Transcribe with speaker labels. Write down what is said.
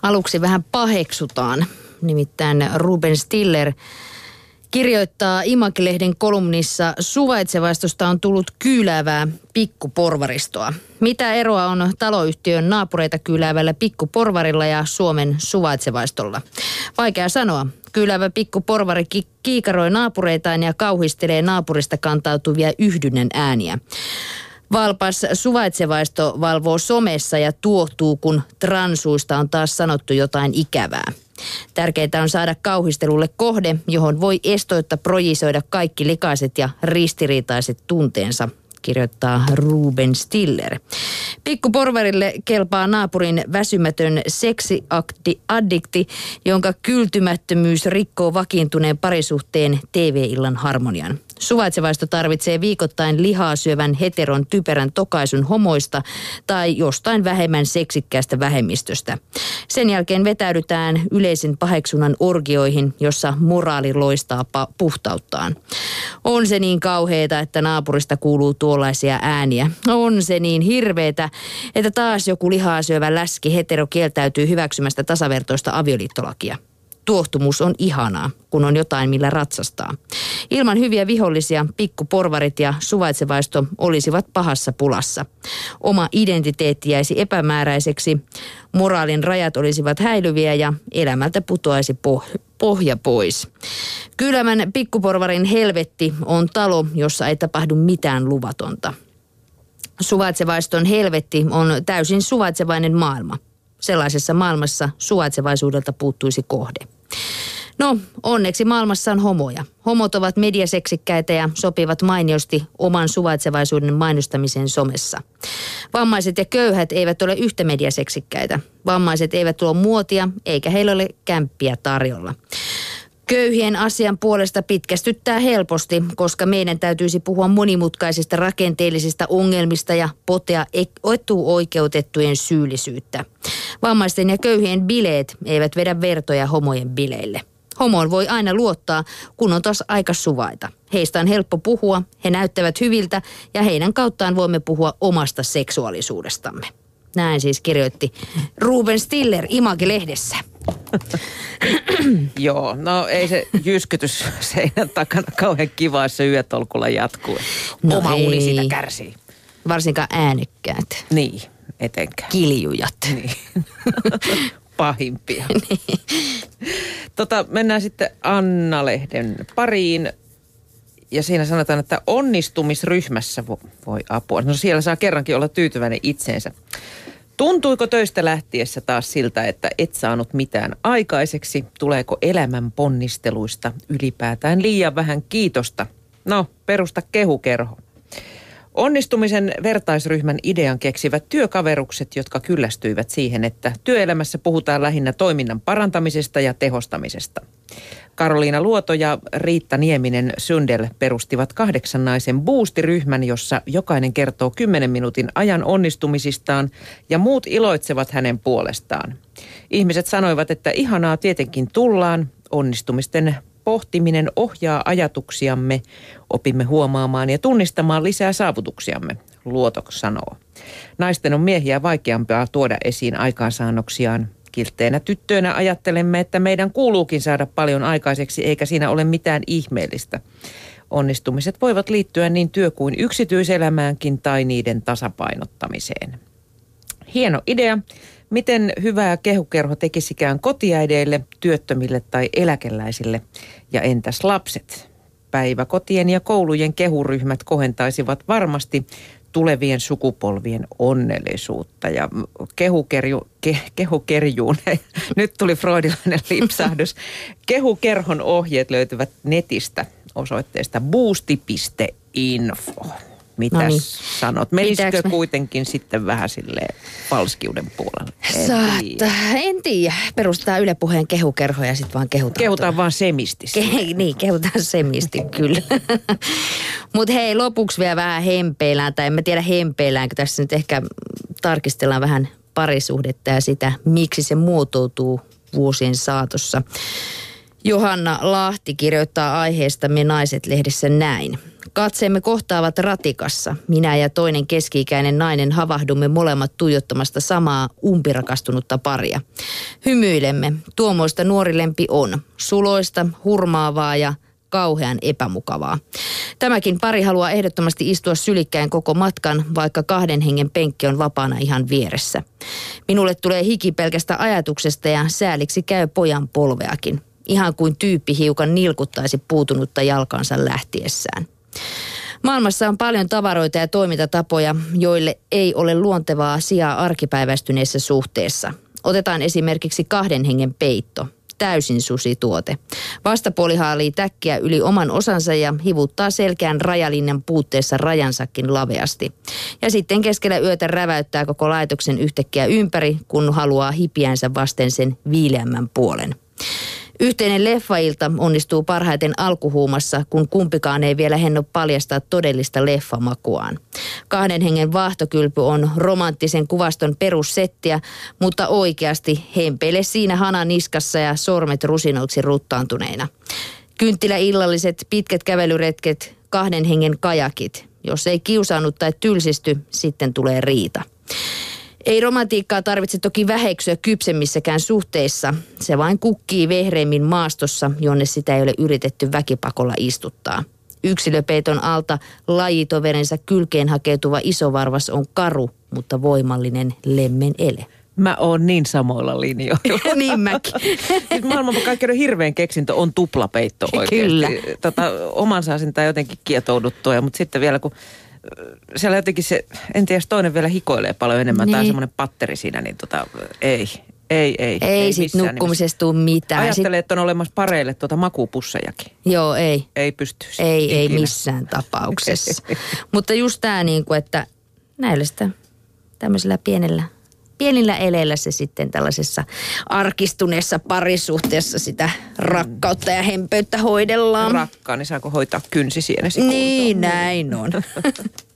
Speaker 1: aluksi vähän paheksutaan. Nimittäin Ruben Stiller kirjoittaa Image-lehden kolumnissa: suvaitsevaistosta on tullut kyyläävää pikkuporvaristoa. Mitä eroa on taloyhtiön naapureita kyyläävällä pikkuporvarilla ja Suomen suvaitsevaistolla? Vaikea sanoa. Kyyläävä pikkuporvari kiikaroi naapureitaan ja kauhistelee naapurista kantautuvia yhdynnän ääniä. Valpas suvaitsevaisto valvoo somessa ja tuohtuu, kun transuista on taas sanottu jotain ikävää. Tärkeintä on saada kauhistelulle kohde, johon voi estoitta projisoida kaikki likaiset ja ristiriitaiset tunteensa, kirjoittaa Ruben Stiller. Pikkuporvarille kelpaa naapurin väsymätön seksiaddikti, jonka kyltymättömyys rikkoo vakiintuneen parisuhteen TV-illan harmonian. Suvaitsevaisto tarvitsee viikoittain lihaa syövän heteron typerän tokaisun homoista tai jostain vähemmän seksikkäästä vähemmistöstä. Sen jälkeen vetäydytään yleisen paheksunnan orgioihin, jossa moraali loistaa puhtauttaan. On se niin kauheeta, että naapurista kuuluu tuollaisia ääniä. On se niin hirveetä, että taas joku lihaa syövä läski hetero kieltäytyy hyväksymästä tasavertoista avioliittolakia. Tuohtumus on ihanaa, kun on jotain millä ratsastaa. Ilman hyviä vihollisia pikkuporvarit ja suvaitsevaisto olisivat pahassa pulassa. Oma identiteetti jäisi epämääräiseksi, moraalin rajat olisivat häilyviä ja elämältä putoaisi pohja pois. Kylmän pikkuporvarin helvetti on talo, jossa ei tapahdu mitään luvatonta. Suvaitsevaiston helvetti on täysin suvaitsevainen maailma. Sellaisessa maailmassa suvaitsevaisuudelta puuttuisi kohde. No, onneksi maailmassa on homoja. Homot ovat mediaseksikkäitä ja sopivat mainiosti oman suvaitsevaisuuden mainostamiseen somessa. Vammaiset ja köyhät eivät ole yhtä mediaseksikkäitä. Vammaiset eivät tuo muotia, eikä heillä ole kämppiä tarjolla. Köyhien asian puolesta pitkästyttää helposti, koska meidän täytyisi puhua monimutkaisista rakenteellisista ongelmista ja potea etuoikeutettujen syyllisyyttä. Vammaisten ja köyhien bileet eivät vedä vertoja homojen bileille. Homoon voi aina luottaa, kun on taas aika suvaita. Heistä on helppo puhua, he näyttävät hyviltä ja heidän kauttaan voimme puhua omasta seksuaalisuudestamme. Näin siis kirjoitti Ruben Stiller Image-lehdessä.
Speaker 2: Joo, no ei se jyskytys seinän takana kauhean kiva, jos se yötolkulla jatkuu.
Speaker 1: No
Speaker 2: oma
Speaker 1: ei.
Speaker 2: uni siitä kärsii.
Speaker 1: Varsinkaan äänekkäät.
Speaker 2: Niin, etenkään.
Speaker 1: Kiljujat.
Speaker 2: Niin. Pahimpia.
Speaker 1: Niin.
Speaker 2: Mennään sitten Anna-lehden pariin. Ja siinä sanotaan, että onnistumisryhmässä voi apua. No siellä saa kerrankin olla tyytyväinen itseensä. Tuntuiko töistä lähtiessä taas siltä, että et saanut mitään aikaiseksi? Tuleeko elämän ponnisteluista ylipäätään liian vähän kiitosta? No, perusta kehukerho. Onnistumisen vertaisryhmän idean keksivät työkaverukset, jotka kyllästyivät siihen, että työelämässä puhutaan lähinnä toiminnan parantamisesta ja tehostamisesta. Karoliina Luoto ja Riitta Nieminen Sundel perustivat 8 naisen boostiryhmän, jossa jokainen kertoo 10 minuutin ajan onnistumisistaan ja muut iloitsevat hänen puolestaan. Ihmiset sanoivat, että ihanaa tietenkin tullaan, onnistumisten pohtiminen ohjaa ajatuksiamme, opimme huomaamaan ja tunnistamaan lisää saavutuksiamme, Luoto sanoo. Naisten on miehiä vaikeampaa tuoda esiin aikaansaannoksiaan. Kiltteinä tyttöinä ajattelemme, että meidän kuuluukin saada paljon aikaiseksi, eikä siinä ole mitään ihmeellistä. Onnistumiset voivat liittyä niin työ- kuin yksityiselämäänkin tai niiden tasapainottamiseen. Hieno idea. Miten hyvää kehukerho tekisikään kotiäideille, työttömille tai eläkeläisille? Ja entäs lapset? Päiväkotien ja koulujen kehuryhmät kohentaisivat varmasti tulevien sukupolvien onnellisuutta. Ja kehukerjuun, nyt tuli freudilainen lipsahdus. Kehukerhon ohjeet löytyvät netistä boosti.info. Mitäs sanot? Menisikö kuitenkin sitten vähän silleen falskiuden puolelle?
Speaker 1: En tiedä. Perustetaan Yle Puheen kehukerho ja sitten vaan kehutaan.
Speaker 2: Kehutaan vaan semisti.
Speaker 1: Niin, kehutaan semisti, kyllä. Mutta hei, lopuksi vielä vähän hempeillään, tai en mä tiedä hempeilläänkö. Tässä nyt ehkä tarkistellaan vähän parisuhdetta ja sitä, miksi se muotoutuu vuosien saatossa. Johanna Lahti kirjoittaa aiheesta Me Naiset-lehdessä näin. Katseemme kohtaavat ratikassa. Minä ja toinen keski-ikäinen nainen havahdumme molemmat tuijottamasta samaa umpirakastunutta paria. Hymyilemme. Tuomoista nuori lempi on. Suloista, hurmaavaa ja kauhean epämukavaa. Tämäkin pari haluaa ehdottomasti istua sylikkäin koko matkan, vaikka 2 hengen penkki on vapaana ihan vieressä. Minulle tulee hiki pelkästä ajatuksesta ja sääliksi käy pojan polveakin. Ihan kuin tyyppi hiukan nilkuttaisi puutunutta jalkansa lähtiessään. Maailmassa on paljon tavaroita ja toimintatapoja, joille ei ole luontevaa sijaa arkipäiväistyneessä suhteessa. Otetaan esimerkiksi 2 hengen peitto. Täysin susituote. Vastapuoli haalii täkkiä yli oman osansa ja hivuttaa selkeän rajalinjan puutteessa rajansakin laveasti. Ja sitten keskellä yötä räväyttää koko laitoksen yhtäkkiä ympäri, kun haluaa hipiänsä vasten sen viileämmän puolen. Yhteinen leffailta onnistuu parhaiten alkuhuumassa, kun kumpikaan ei vielä henno paljastaa todellista leffamakuaan. 2 hengen vaahtokylpy on romanttisen kuvaston perussettiä, mutta oikeasti hempeile siinä hana niskassa ja sormet rusinoiksi ruttaantuneina. Kynttiläillalliset, pitkät kävelyretket, 2 hengen kajakit. Jos ei kiusaannut tai tylsisty, sitten tulee riita. Ei romantiikkaa tarvitse toki väheksyä kypsemmissäkään suhteissa. Se vain kukkii vehreimmin maastossa, jonne sitä ei ole yritetty väkipakolla istuttaa. Yksilöpeiton alta lajitoverinsa kylkeen hakeutuva isovarvas on karu, mutta voimallinen lemmen ele.
Speaker 2: Mä oon niin samoilla linjoilla.
Speaker 1: Niin mäkin.
Speaker 2: Maailmankaikkeuden hirveän keksintö on tuplapeitto oikeasti.
Speaker 1: Kyllä.
Speaker 2: Oman saa sitä jotenkin kietouduttua, mutta sitten vielä kun siellä jotenkin se, en tiedä, toinen vielä hikoilee paljon enemmän, tai semmoinen patteri siinä, niin ei
Speaker 1: sit nukkumisesta tule mitään.
Speaker 2: Ajattelee, että on olemassa pareille makupussejakin.
Speaker 1: Joo, ei.
Speaker 2: Ei pysty.
Speaker 1: Ei missään tapauksessa. Mutta just tämä että näillä sitä tämmöisellä pienillä eleillä se sitten tällaisessa arkistuneessa parisuhteessa sitä rakkautta ja hempeyttä hoidellaan.
Speaker 2: Rakkaani, saako hoitaa kynsisienesi?
Speaker 1: Niin, näin on.